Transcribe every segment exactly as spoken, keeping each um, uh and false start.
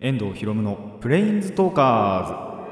遠藤ひろむのプレインズトーカーズ。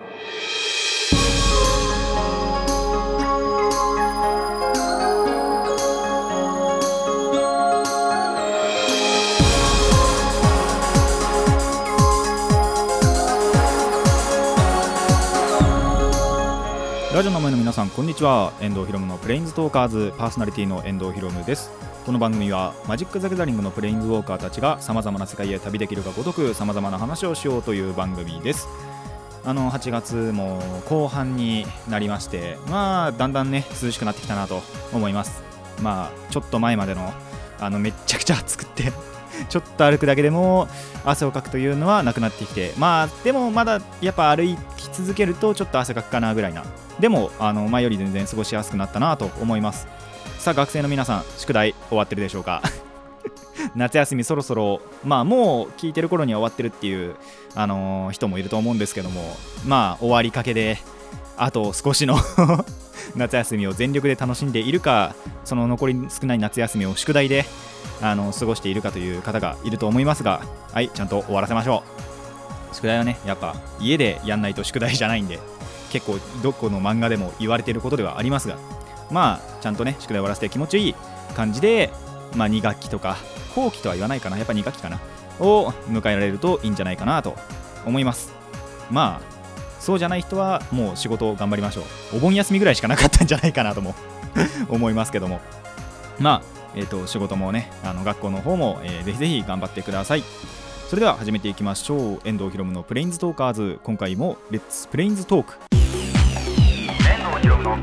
ラジオの前の皆さんこんにちは。遠藤ひろむのプレインズトーカーズパーソナリティの遠藤ひろむです。この番組はマジック・ザ・ギャザリングのプレインズウォーカーたちがさまざまな世界へ旅できるがごとくさまざまな話をしようという番組です。あのはちがつも後半になりまして、まあだんだんね涼しくなってきたなと思います。まあちょっと前までのあのめっちゃくちゃ暑くってちょっと歩くだけでも汗をかくというのはなくなってきて、まあでもまだやっぱ歩き続けるとちょっと汗かくかなぐらいな、でもあの前より全然過ごしやすくなったなと思います。さあ学生の皆さん宿題終わってるでしょうか夏休みそろそろ、まあもう聞いてる頃には終わってるっていう、あのー、人もいると思うんですけども、まあ終わりかけであと少しの夏休みを全力で楽しんでいるか、その残り少ない夏休みを宿題であの過ごしているかという方がいると思いますが、はい、ちゃんと終わらせましょう。宿題はねやっぱ家でやんないと宿題じゃないんで、結構どこの漫画でも言われていることではありますが、まあちゃんとね宿題終わらせて気持ちいい感じで、まあに学期とか後期とは言わないかな、やっぱに学期かなを迎えられるといいんじゃないかなと思います。まあそうじゃない人はもう仕事を頑張りましょう。お盆休みぐらいしかなかったんじゃないかなとも思いますけども、まあえーと仕事もね、あの学校の方も、えー、ぜひぜひ頑張ってください。それでは始めていきましょう。遠藤ひろむのプレインズトーカーズ、今回もレッツプレインズトーク。遠藤ひろむの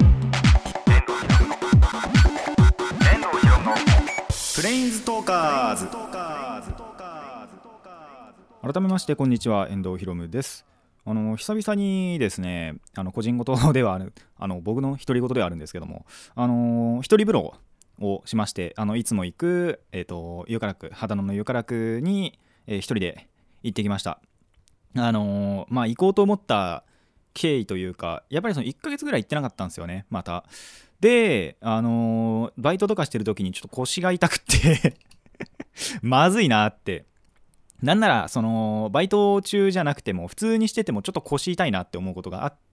プレインズトーカーズ。改めましてこんにちは、遠藤ひろむです。あの久々にですね、あの個人事ではある、あの僕の独り言ではあるんですけども、あの一人風呂をしまして、あのいつも行く、えーと、湯からく秦野の湯からくに、えー、一人で行ってきました。あのー、まあ行こうと思った経緯というか、やっぱりそのいっかげつぐらい行ってなかったんですよね、また。で、あのー、バイトとかしてる時にちょっと腰が痛くってまずいなって、なんならそのバイト中じゃなくても普通にしててもちょっと腰痛いなって思うことがあって、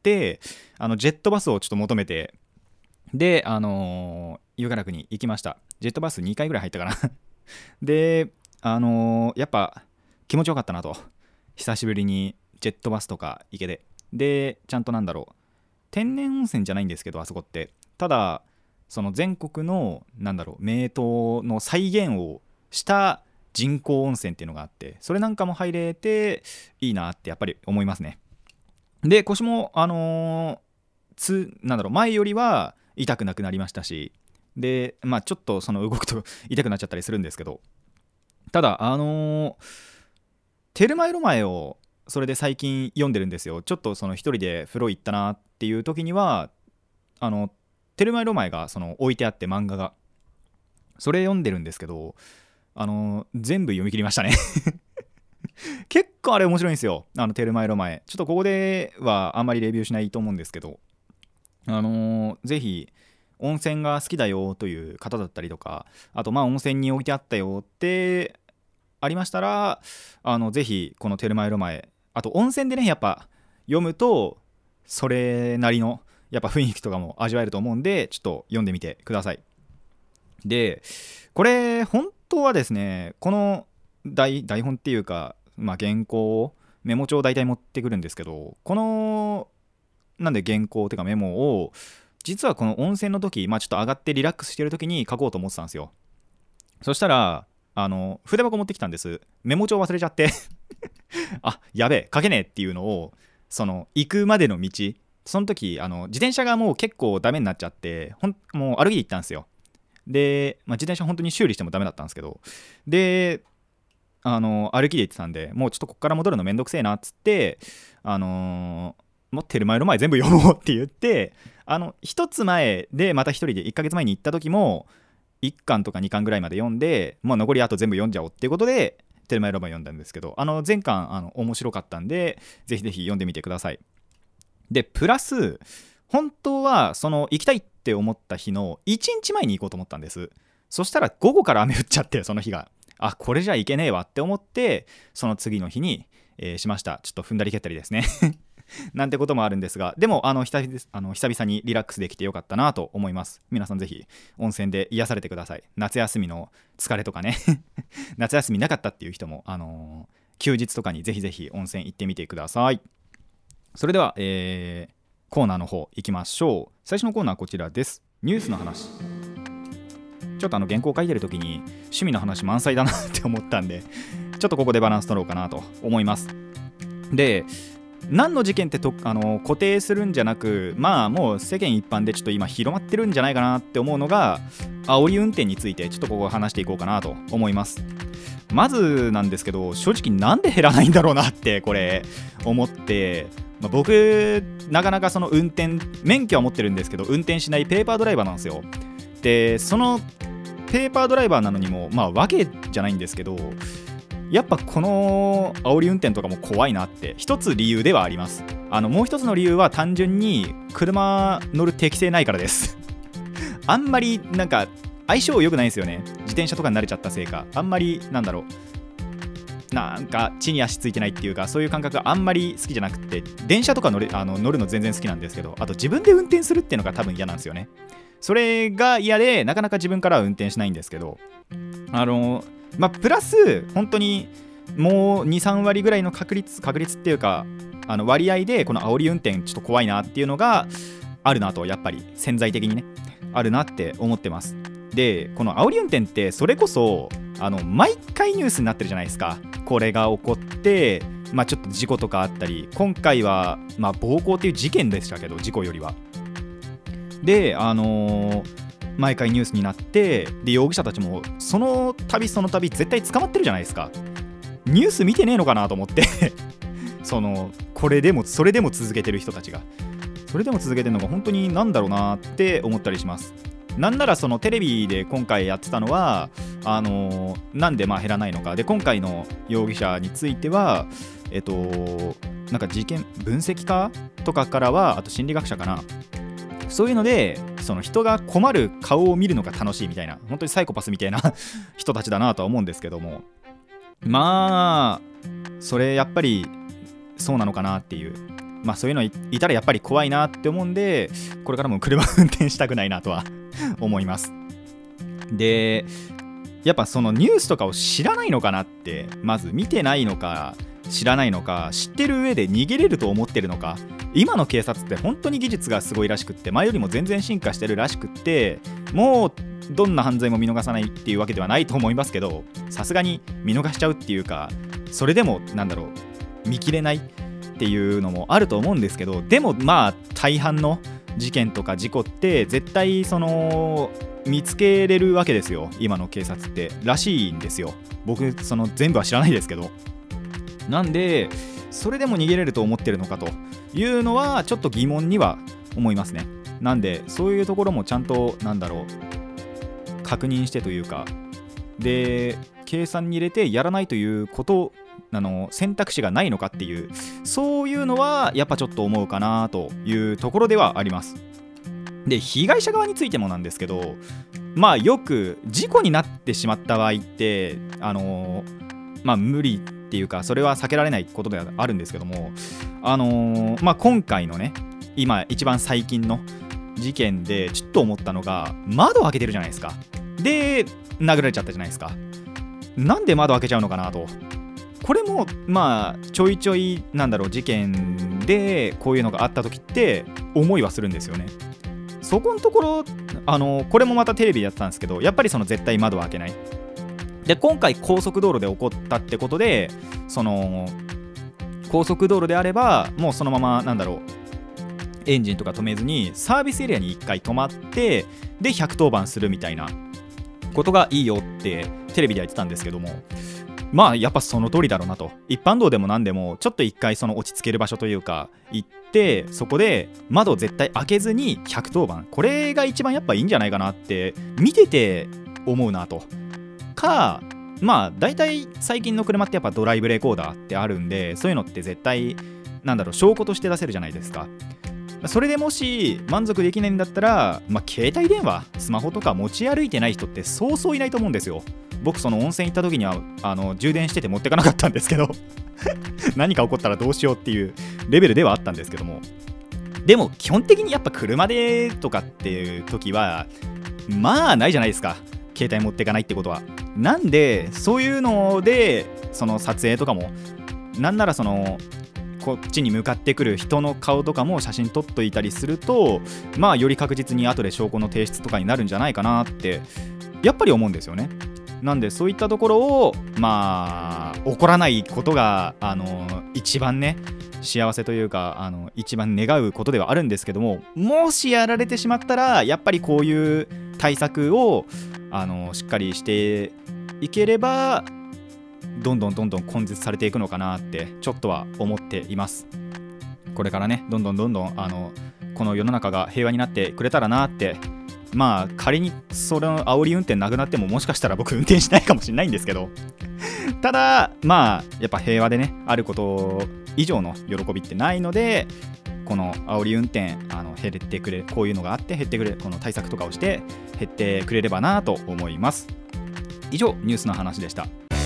あのジェットバスをちょっと求めて、であのー、湯からくに行きました。ジェットバスにかいぐらい入ったかなであのー、やっぱ気持ちよかったなと、久しぶりにジェットバスとか行けて、でちゃんとなんだろう、天然温泉じゃないんですけどあそこって、ただその全国のなんだろう名湯の再現をした人工温泉っていうのがあって、それなんかも入れていいなってやっぱり思いますね。で腰もあのー、つなんだろう前よりは痛くなくなりましたし、でまあちょっとその動くと痛くなっちゃったりするんですけど、ただあのー、テルマエロマエをそれで最近読んでるんですよ。ちょっとその一人で風呂行ったなっていう時には、あのテルマエロマエがその置いてあって、漫画がそれ読んでるんですけど、あの全部読み切りましたね結構あれ面白いんですよ、あのテルマエロマエ。ちょっとここではあんまりレビューしないと思うんですけど、あのー、ぜひ温泉が好きだよという方だったりとか、あとまあ温泉に置いてあったよってありましたら、あのぜひこのテルマエロマエ、あと温泉でねやっぱ読むとそれなりのやっぱ雰囲気とかも味わえると思うんで、ちょっと読んでみてください。でこれ本当はですね、この 台, 台本っていうか、まあ、原稿をメモ帳を大体持ってくるんですけど、このなんで原稿っていうかメモを実はこの温泉の時、まあ、ちょっと上がってリラックスしてる時に書こうと思ってたんですよ。そしたらあの筆箱持ってきたんです。メモ帳忘れちゃってあやべえ書けねえっていうのを、その行くまでの道、その時あの自転車がもう結構ダメになっちゃって、ほんもう歩きで行ったんですよ。で、まあ、自転車本当に修理してもダメだったんですけど、であの歩きで行ってたんで、もうちょっとこっから戻るのめんどくせえなっつって、あのー、もうテルマエロマエ全部読もうって言って、あの一つ前でまた一人でいっかげつまえに行った時もいっかんとかにかんぐらいまで読んで、もう残りあと全部読んじゃおうっていうことでテルマエロマエ読んだんですけど、あの前巻あの面白かったんでぜひぜひ読んでみてください。でプラス本当はその行きたいって思った日のいちにちまえに行こうと思ったんです。そしたら午後から雨降っちゃって、その日があこれじゃいけねえわって思ってその次の日に、えー、しました。ちょっと踏んだり蹴ったりですねなんてこともあるんですが、でもあの 久々、あの久々にリラックスできてよかったなと思います。皆さんぜひ温泉で癒されてください。夏休みの疲れとかね夏休みなかったっていう人も、あのー、休日とかにぜひぜひ温泉行ってみてください。それでは、えー、コーナーの方行きましょう。最初のコーナーはこちらです。ニュースの話。ちょっとあの原稿書いてる時に趣味の話満載だなって思ったんで、ちょっとここでバランス取ろうかなと思います。で、何の事件ってとあの固定するんじゃなく、まあもう世間一般でちょっと今広まってるんじゃないかなって思うのが煽り運転について、ちょっとここ話していこうかなと思います。まずなんですけど、正直なんで減らないんだろうなってこれ思って、まあ、僕なかなかその運転免許は持ってるんですけど運転しないペーパードライバーなんですよ。でそのペーパードライバーなのにもまあわけじゃないんですけど、やっぱこの煽り運転とかも怖いなって一つ理由ではあります。あのもう一つの理由は単純に車乗る適性ないからですあんまりなんか相性良くないんですよね。自転車とかに慣れちゃったせいか、あんまりなんだろうなんか地に足ついてないっていうか、そういう感覚があんまり好きじゃなくて、電車とか乗る、あの乗るの全然好きなんですけど、あと自分で運転するっていうのが多分嫌なんですよね。それが嫌でなかなか自分からは運転しないんですけど、あのまあプラス本当にもう にさんわりぐらいの確率確率っていうか、あの割合でこの煽り運転ちょっと怖いなっていうのがあるなと、やっぱり潜在的にねあるなって思ってます。でこの煽り運転ってそれこそあの毎回ニュースになってるじゃないですか。これが起こってまあちょっと事故とかあったり、今回はまあ暴行っていう事件でしたけど、事故よりはであのー、毎回ニュースになって、で容疑者たちもその度その度絶対捕まってるじゃないですか。ニュース見てねえのかなと思ってそのこれでもそれでも続けてる人たちがそれでも続けてるのが本当になんだろうなって思ったりします。なんならそのテレビで今回やってたのはあのー、なんでまあ減らないのかで、今回の容疑者についてはえっとなんか事件分析家とかからは、あと心理学者かな、そういうのでその人が困る顔を見るのが楽しいみたいな、本当にサイコパスみたいな人たちだなとは思うんですけども、まあそれやっぱりそうなのかなっていう、まあそういうのいたらやっぱり怖いなって思うんで、これからも車運転したくないなとは思います。でやっぱそのニュースとかを知らないのかなって、まず見てないのか知らないのか、知ってる上で逃げれると思ってるのか。今の警察って本当に技術がすごいらしくって、前よりも全然進化してるらしくって、もうどんな犯罪も見逃さないっていうわけではないと思いますけど、さすがに見逃しちゃうっていうか、それでもなんだろう見切れないっていうのもあると思うんですけど、でもまあ大半の事件とか事故って絶対その見つけれるわけですよ、今の警察ってらしいんですよ。僕その全部は知らないですけど、なんでそれでも逃げれると思ってるのかというのはちょっと疑問には思いますね。なんでそういうところもちゃんとなんだろう確認してというか、で計算に入れてやらないということあの選択肢がないのかっていう、そういうのはやっぱちょっと思うかなというところではあります。で被害者側についてもなんですけど、まあよく事故になってしまった場合ってあのまあ無理っていうか、それは避けられないことではあるんですけども、あのー、まあ今回のね今一番最近の事件でちょっと思ったのが、窓を開けてるじゃないですか。で殴られちゃったじゃないですか。なんで窓開けちゃうのかなと。これもまあちょいちょいなんだろう事件でこういうのがあった時って思いはするんですよね。そこのところあのこれもまたテレビでやってたんですけど、やっぱりその絶対窓を開けない。で今回高速道路で起こったってことで、その高速道路であればもうそのままなんだろうエンジンとか止めずにサービスエリアにいっかい止まってでひゃくとおばんするみたいなことがいいよってテレビでやってたんですけども、まあやっぱその通りだろうなと。一般道でも何でもちょっと一回その落ち着ける場所というか行って、そこで窓を絶対開けずにひゃくとおばん、これが一番やっぱいいんじゃないかなって見てて思うなと。かまあ大体最近の車ってやっぱドライブレコーダーってあるんで、そういうのって絶対なんだろう証拠として出せるじゃないですか。それでもし満足できないんだったら、まあ、携帯電話スマホとか持ち歩いてない人ってそうそういないと思うんですよ。 僕その温泉行った時にはあの充電してて持ってかなかったんですけど何か起こったらどうしようっていうレベルではあったんですけども、でも基本的にやっぱ車でとかっていう時はまあないじゃないですか、携帯持ってかないってことは。なんでそういうのでその撮影とかも、なんならそのこっちに向かってくる人の顔とかも写真撮っといたりすると、まあより確実に後で証拠の提出とかになるんじゃないかなってやっぱり思うんですよね。なんでそういったところをまあ起こらないことがあの一番ね幸せというか、あの一番願うことではあるんですけども、もしやられてしまったらやっぱりこういう対策をあのしっかりしていければどんどんどんどん根絶されていくのかなってちょっとは思っています。これからねどんどんどんどんあのこの世の中が平和になってくれたらなって。まあ仮にその煽り運転なくなってももしかしたら僕運転しないかもしれないんですけどただまあやっぱ平和でねあること以上の喜びってないので、この煽り運転あの減ってくれ、こういうのがあって減ってくれ、この対策とかをして減ってくれればなと思います。以上ニュースの話でした。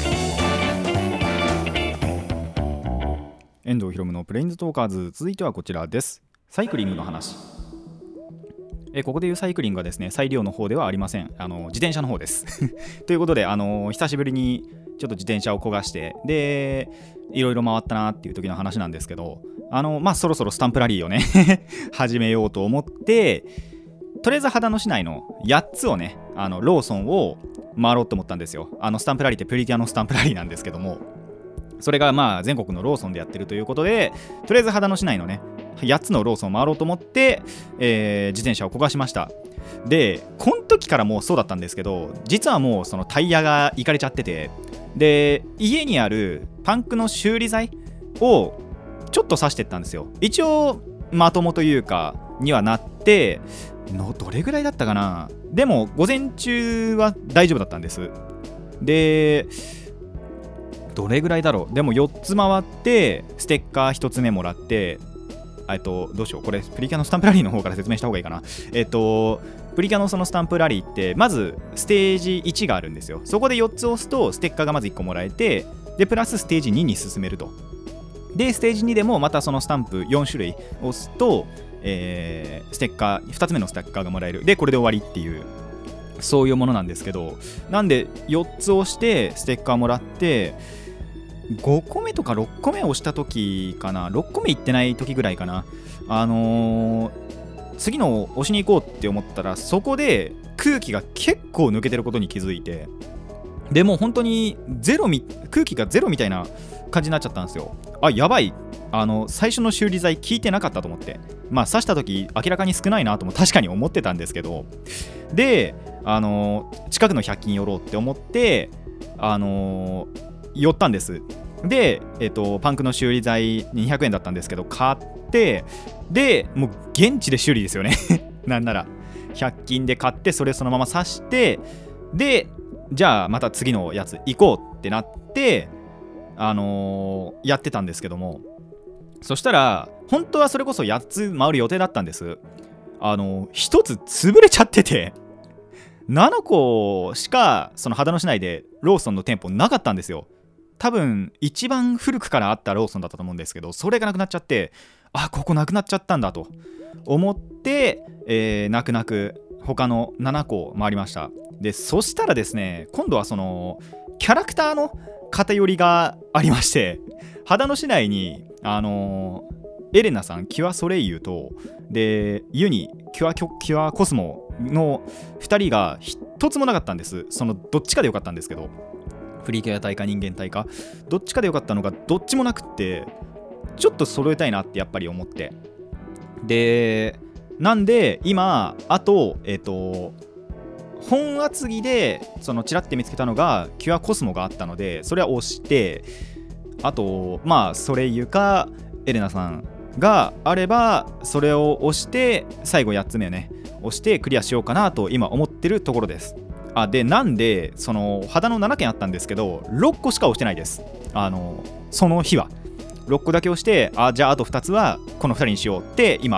遠藤ひろむのプレインズトーカーズ、続いてはこちらです。サイクリングの話。えここでいうサイクリングはですね、再利用の方ではありません。あの自転車の方ですということで、あの久しぶりにちょっと自転車を焦がしてでいろいろ回ったなっていう時の話なんですけど、あのまあそろそろスタンプラリーをね始めようと思って、とりあえず秦野市内のやっつをねあのローソンを回ろうと思ったんですよ。あのスタンプラリーってプリキュアのスタンプラリーなんですけども、それがまあ全国のローソンでやってるということで、とりあえず秦野市内のねやっつのローソンを回ろうと思って、えー、自転車を焦がしました。でこの時からもうそうだったんですけど、実はもうそのタイヤがいかれちゃってて、で家にあるパンクの修理剤をちょっと刺してったんですよ。一応まともというかにはなっての、どれぐらいだったかな。でも午前中は大丈夫だったんです。でどれぐらいだろう、でもよっつ回ってステッカーひとつめもらって、えっとどうしよう、これプリキュアのスタンプラリーの方から説明した方がいいかな。えっとプリキュアのそのスタンプラリーってまずステージいちがあるんですよ。そこでよっつ押すとステッカーがまずいっこもらえて、でプラスステージにに進めると。でステージにでもまたそのスタンプよんしゅるい押すと、えー、ステッカーふたつめのステッカーがもらえる。でこれで終わりっていう、そういうものなんですけど、なんでよっつ押してステッカーもらって、ごこめとかろっこめ押した時かな、ろっこめいってない時ぐらいかな、あのー、次の押しに行こうって思ったら、そこで空気が結構抜けてることに気づいて、でもう本当にゼロみ空気がゼロみたいな感じになっちゃったんですよ。あ、やばい、あの最初の修理剤効いてなかったと思って、まあ刺した時明らかに少ないなとも確かに思ってたんですけど、であのー、近くのひゃく均寄ろうって思ってあのー、寄ったんです。で、えっと、パンクの修理剤にひゃくえんだったんですけど買って、でもう現地で修理ですよねなんならひゃく均で買って、それそのまま刺して、でじゃあまた次のやつ行こうってなってあのー、やってたんですけども、そしたら本当はそれこそやっつ回る予定だったんです。あのー、ひとつ潰れちゃっててななこしかその秦野市内でローソンの店舗なかったんですよ。多分一番古くからあったローソンだったと思うんですけど、それがなくなっちゃって、あ、ここなくなっちゃったんだと思って、えー、泣く泣く他のななこ回りました。でそしたらですね、今度はそのキャラクターの偏りがありまして、秦野市内にあのー、エレナさん、キュアソレイユとでユニキュアキュ、キュアコスモのふたりがひとつもなかったんです。そのどっちかでよかったんですけど、プリキュア体か人間体かどっちかでよかったのがどっちもなくって、ちょっと揃えたいなってやっぱり思って、でなんで今あとえっと本厚木でそのチラッて見つけたのがキュアコスモがあったので、それは押して、あとまあソレイユかエレナさんがあればそれを押して最後やっつめをね押してクリアしようかなと今思ってるところです。あでなんでその秦野ななけんあったんですけどろっこしか押してないです。あのその日はろっこだけ押して、あじゃああとふたつはこのふたりにしようって今、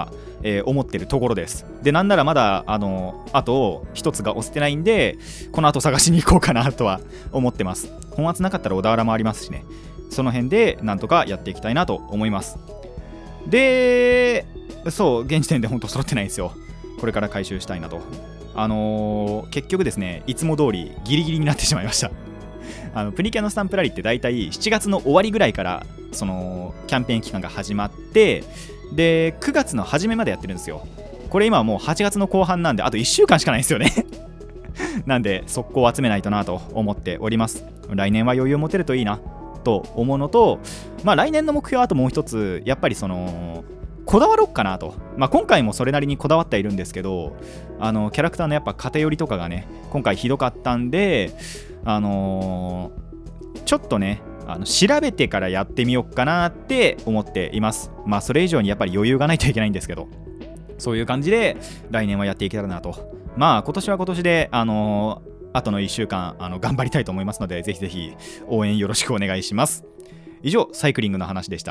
えー、思ってるところです。で、なんならまだあのあと一つが押せてないんで、この後探しに行こうかなとは思ってます。本圧なかったら小田原もありますしね、その辺でなんとかやっていきたいなと思います。で、そう現時点で本当揃ってないんですよ。これから回収したいなと。あのー、結局ですね、いつも通りギリギリになってしまいました。あのプリキュアのスタンプラリーってだいたいしちがつの終わりぐらいからそのキャンペーン期間が始まって、でくがつの初めまでやってるんですよ。これ今はもうはちがつの後半なんで、あといっしゅうかんしかないんですよねなんで速攻集めないとなと思っております。来年は余裕を持てるといいなと思うのと、まあ来年の目標はあともう一つ、やっぱりそのこだわろっかなと。まあ今回もそれなりにこだわっているんですけど、あのキャラクターのやっぱ偏りとかがね今回ひどかったんで、あのー、ちょっとねあの調べてからやってみようかなって思っています。まあそれ以上にやっぱり余裕がないといけないんですけど、そういう感じで来年はやっていけたらなと。まあ今年は今年であのー、あとのいっしゅうかんあの頑張りたいと思いますので、ぜひぜひ応援よろしくお願いします。以上サイクリングの話でした。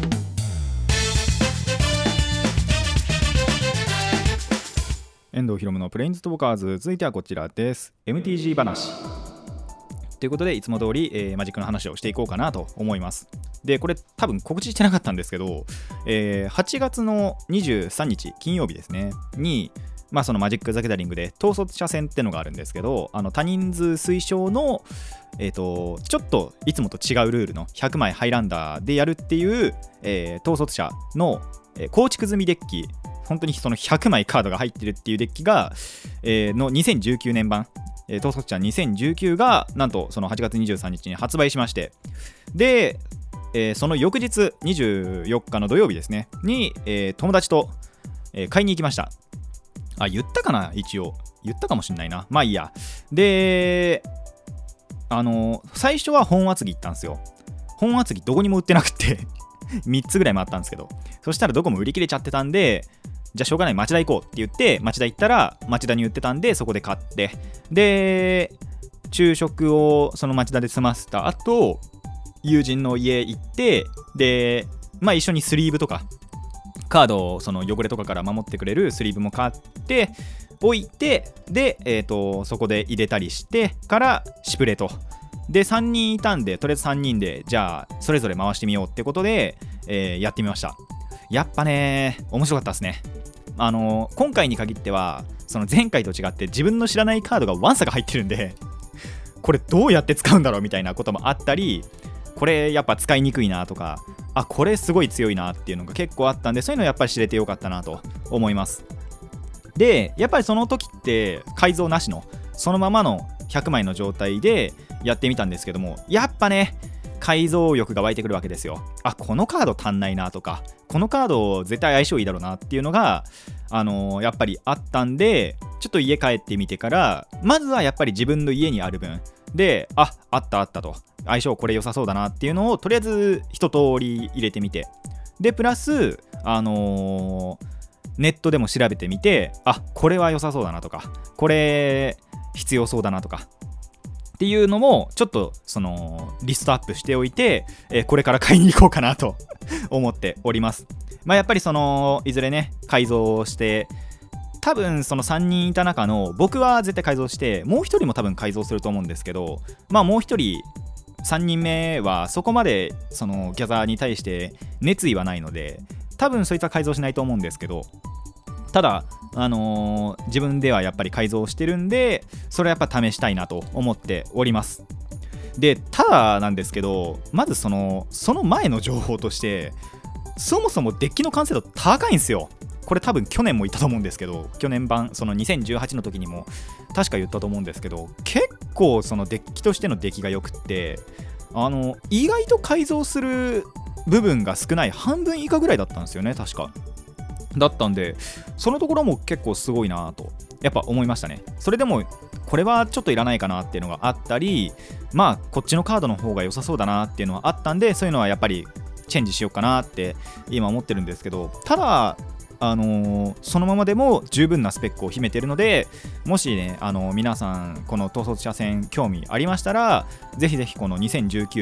遠藤ひろむのプレインズトーカーズ、続いてはこちらです。 エムティージー 話ということで、いつも通り、えー、マジックの話をしていこうかなと思います。でこれ多分告知してなかったんですけど、えー、はちがつのにじゅうさんにち金曜日ですねに、まあ、そのマジック・ザ・ギャザリングで統率者戦ってのがあるんですけど、あの多人数推奨の、えー、とちょっといつもと違うルールのひゃくまいハイランダーでやるっていう、えー、統率者の、えー、構築済みデッキ、本当にそのひゃくまいカードが入ってるっていうデッキが、えー、のにせんじゅうきゅうねん版、えー、統率者にせんじゅうきゅうがなんとそのはちがつにじゅうさんにちに発売しまして、で、えー、その翌日にじゅうよっかの土曜日ですねに、えー、友達と、えー、買いに行きました。あ、言ったかな、一応言ったかもしんないな、まあいいや。で、あのー、最初は本厚木行ったんですよ。本厚木どこにも売ってなくてみっつぐらい回ったんですけど、そしたらどこも売り切れちゃってたんで、じゃあしょうがない町田行こうって言って町田行ったら町田に売ってたんで、そこで買って、で昼食をその町田で済ませた後、友人の家行って、でまあ一緒にスリーブとかカードをその汚れとかから守ってくれるスリーブも買って置いて、で、えーとそこで入れたりしてからシプレとでさんにんいたんで、とりあえずさんにんでじゃあそれぞれ回してみようってことで、えー、やってみました。やっぱね面白かったですね。あのー、今回に限ってはその前回と違って自分の知らないカードがワンサが入ってるんで、これどうやって使うんだろうみたいなこともあったり、これやっぱ使いにくいなとか、あこれすごい強いなっていうのが結構あったんで、そういうのやっぱり知れてよかったなと思います。でやっぱりその時って改造なしのそのままのひゃくまいの状態でやってみたんですけども、やっぱね改造欲が湧いてくるわけですよ。あこのカード足んないなとか、このカード絶対相性いいだろうなっていうのが、あのー、やっぱりあったんで、ちょっと家帰ってみてからまずはやっぱり自分の家にある分で、ああったあったと、相性これ良さそうだなっていうのをとりあえず一通り入れてみて、でプラスあのー、ネットでも調べてみて、あこれは良さそうだなとか、これ必要そうだなとかっていうのもちょっとそのリストアップしておいて、えー、これから買いに行こうかなと思っております。まあやっぱりそのいずれね改造して、多分そのさんにんいた中の僕は絶対改造して、もうひとりも多分改造すると思うんですけど、まあもうひとりさんにんめはそこまでそのギャザーに対して熱意はないので、多分そいつは改造しないと思うんですけど、ただ、あのー、自分ではやっぱり改造してるんで、それはやっぱ試したいなと思っております。でただなんですけど、まずそのその前の情報として、そもそもデッキの完成度高いんですよ。これ多分去年も言ったと思うんですけど、去年版そのにせんじゅうはちの時にも確か言ったと思うんですけど、結構そのデッキとしての出来が良くって、あの意外と改造する部分が少ない、半分以下ぐらいだったんですよね確か。だったんで、そのところも結構すごいなとやっぱ思いましたね。それでもこれはちょっといらないかなっていうのがあったり、まあこっちのカードの方が良さそうだなっていうのはあったんで、そういうのはやっぱりチェンジしようかなって今思ってるんですけど、ただあのー、そのままでも十分なスペックを秘めてるので、もしね、あのー、皆さんこの統率者戦興味ありましたら、ぜひぜひこのにせんじゅうきゅう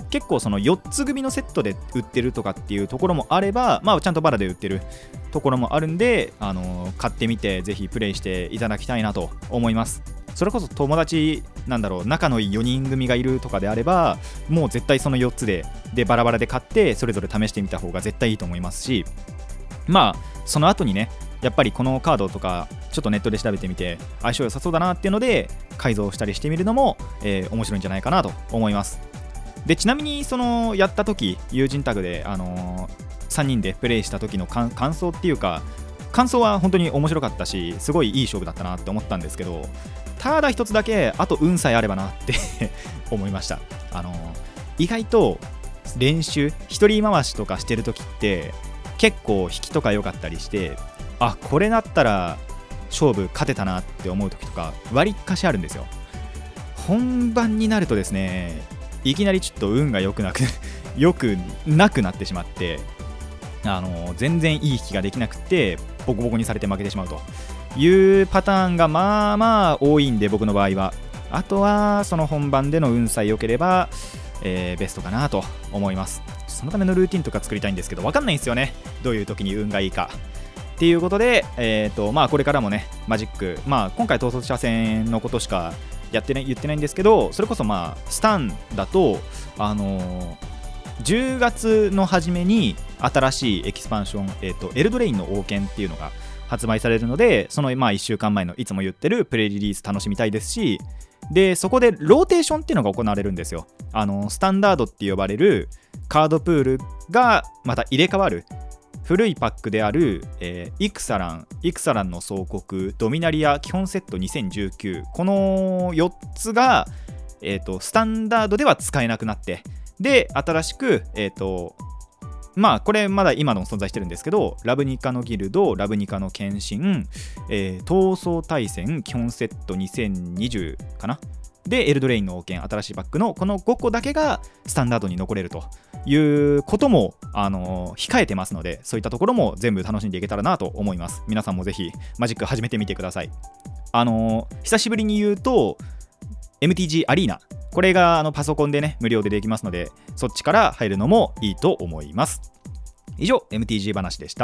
結構そのよっつ組のセットで売ってるとかっていうところもあれば、まあ、ちゃんとバラで売ってるところもあるんで、あの買ってみてぜひプレイしていただきたいなと思います。それこそ友達なんだろう仲のいいよにん組がいるとかであれば、もう絶対そのよっつででバラバラで買ってそれぞれ試してみた方が絶対いいと思いますし、まあその後にねやっぱりこのカードとかちょっとネットで調べてみて相性良さそうだなっていうので改造したりしてみるのも、えー、面白いんじゃないかなと思います。でちなみにそのやった時友人タグで、あのー、さんにんでプレイした時の感想っていうか、感想は本当に面白かったしすごいいい勝負だったなって思ったんですけど、ただ一つだけあと運さえあればなって思いました。あのー、意外と練習一人回しとかしてる時って結構引きとか良かったりして、あこれだったら勝負勝てたなって思う時とか割かしあるんですよ。本番になるとですね、いきなりちょっと運が良くなく良くなくなってしまって、あの全然いい引きができなくてボコボコにされて負けてしまうというパターンがまあまあ多いんで、僕の場合はあとはその本番での運さえ良ければ、えー、ベストかなと思います。そのためのルーティンとか作りたいんですけど分かんないんですよね、どういう時に運がいいかっていうことで、えーとまあ、これからもねマジック、まあ、今回統率者戦のことしかやってね言ってないんですけど、それこそまあスタンだと、あのー、じゅうがつの初めに新しいエキスパンション、えーとエルドレインの王権っていうのが発売されるので、そのまあいっしゅうかんまえのいつも言ってるプレリリース楽しみたいですし、でそこでローテーションっていうのが行われるんですよ。あのスタンダードって呼ばれるカードプールがまた入れ替わる古いパックである、えー、イクサラン、イクサランの総国、ドミナリア基本セットにせんじゅうきゅう、このよっつが、えーと、スタンダードでは使えなくなって、で新しく、えーとまあこれまだ今の存在してるんですけど、ラブニカのギルド、ラブニカの献身、えー、闘争対戦基本セットにせんにじゅうかなでエルドレインの王権新しいパックのこのごこだけがスタンダードに残れるということも、あのー、控えてますので、そういったところも全部楽しんでいけたらなと思います。皆さんもぜひマジック始めてみてください。あのー、久しぶりに言うと エムティージー アリーナ、これがあのパソコンでね無料でできますので、そっちから入るのもいいと思います。以上 エムティージー 話でした。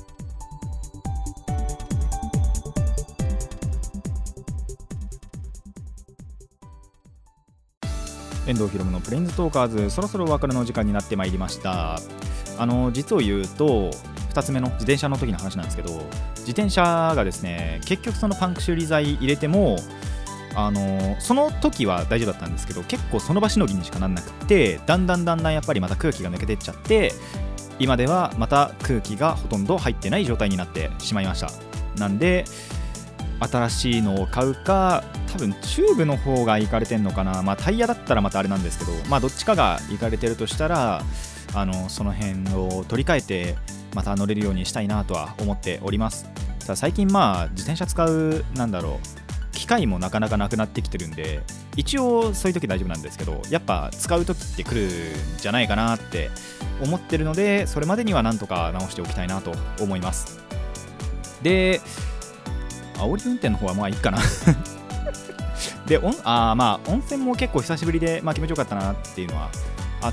遠藤ひろむのプレインズトーカーズ、そろそろお別れの時間になってまいりました。あの実を言うとふたつめの自転車の時の話なんですけど、自転車がですね結局そのパンク修理剤入れてもあのその時は大丈夫だったんですけど、結構その場しのぎにしかなんなくて、だんだんだんだんやっぱりまた空気が抜けてっちゃって、今ではまた空気がほとんど入ってない状態になってしまいました。なんで新しいのを買うか、多分チューブの方がいかれてんのかな、まあタイヤだったらまたあれなんですけど、まあどっちかがいかれてるとしたら、あのその辺を取り替えてまた乗れるようにしたいなとは思っております。ただ最近まあ自転車使うなんだろう機会もなかなかなくなってきてるんで、一応そういう時大丈夫なんですけど、やっぱ使う時って来るんじゃないかなって思ってるので、それまでにはなんとか直しておきたいなと思います。で煽り運転の方はまあいいかなでおんあまあ温泉も結構久しぶりで、まあ、気持ちよかったなっていうのはあって、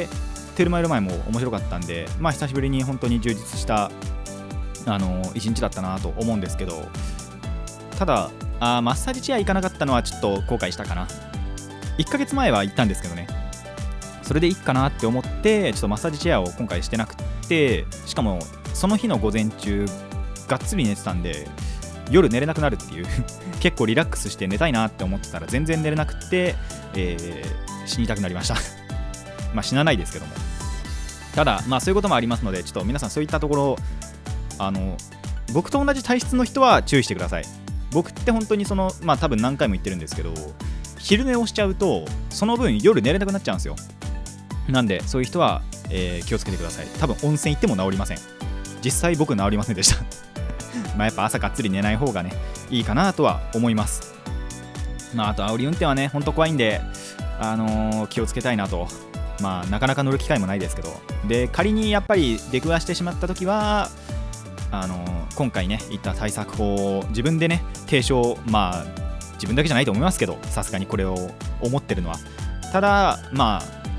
テルマエル前も面白かったんで、まあ久しぶりに本当に充実したあの一日だったなと思うんですけど、ただあマッサージチェア行かなかったのはちょっと後悔したかな。いっかげつまえは行ったんですけどね、それでいいかなって思ってちょっとマッサージチェアを今回してなくて、しかもその日の午前中がっつり寝てたんで夜寝れなくなるっていう結構リラックスして寝たいなって思ってたら全然寝れなくて、えー、死にたくなりましたまあ死なないですけども、ただまあそういうこともありますので、ちょっと皆さんそういったところ、あの僕と同じ体質の人は注意してください。僕って本当にそのまあ多分何回も言ってるんですけど、昼寝をしちゃうとその分夜寝れなくなっちゃうんですよ。なんでそういう人は、えー、気をつけてください。多分温泉行っても治りません。実際僕治りませんでしたまあやっぱ朝がっつり寝ない方がねいいかなとは思います。まああと煽り運転はねほんと怖いんで、あのー、気をつけたいなと。まあなかなか乗る機会もないですけど、で仮にやっぱり出くわしてしまった時はあのー、今回ね言った対策法を自分でね提唱、まあ自分だけじゃないと思いますけど、さすがにこれを思ってるのは、ただまあ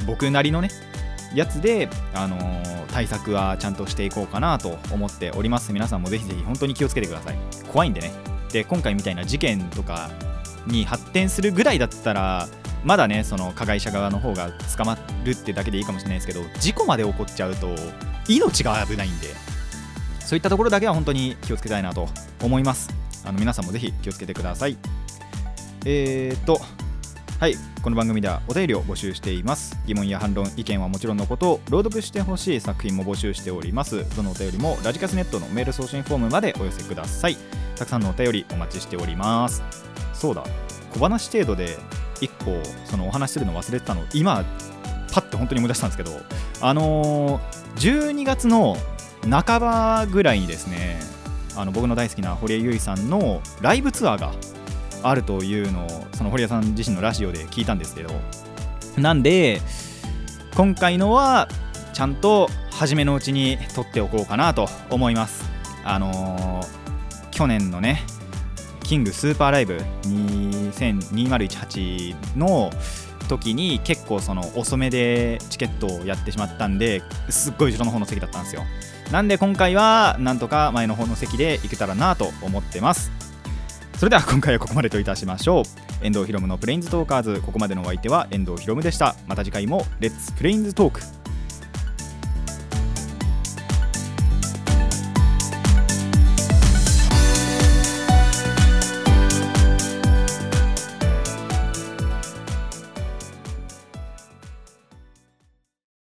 僕なりのねやつで、あのー、対策はちゃんとしていこうかなと思っております。皆さんもぜひぜひ本当に気をつけてください。怖いんでね。で今回みたいな事件とかに発展するぐらいだったらまだね、その加害者側の方が捕まるってだけでいいかもしれないですけど、事故まで起こっちゃうと命が危ないんで、そういったところだけは本当に気をつけたいなと思います。あの皆さんもぜひ気をつけてください。えーとはい、この番組ではお便りを募集しています。疑問や反論、意見はもちろんのこと、朗読してほしい作品も募集しております。どのお便りもラジカスネットのメール送信フォームまでお寄せください。たくさんのお便りお待ちしております。そうだ、小話程度でいっこそのお話しするの忘れてたの、今パッと本当に思い出したんですけど、あのー、じゅうにがつの半ばぐらいにですね、あの僕の大好きな堀江由衣さんのライブツアーがあるというのをその堀江さん自身のラジオで聞いたんですけど、なんで今回のはちゃんと初めのうちに撮っておこうかなと思います。あのー、去年のねキングスーパーライブにせんにじゅういちはちの時に結構その遅めでチケットをやってしまったんで、すっごい後ろの方の席だったんですよ。なんで今回はなんとか前の方の席で行けたらなと思ってます。それでは今回はここまでといたしましょう。遠藤ひろむのプレインズトーカーズ、ここまでのお相手は遠藤ひろむでした。また次回もレッツプレインズトーク。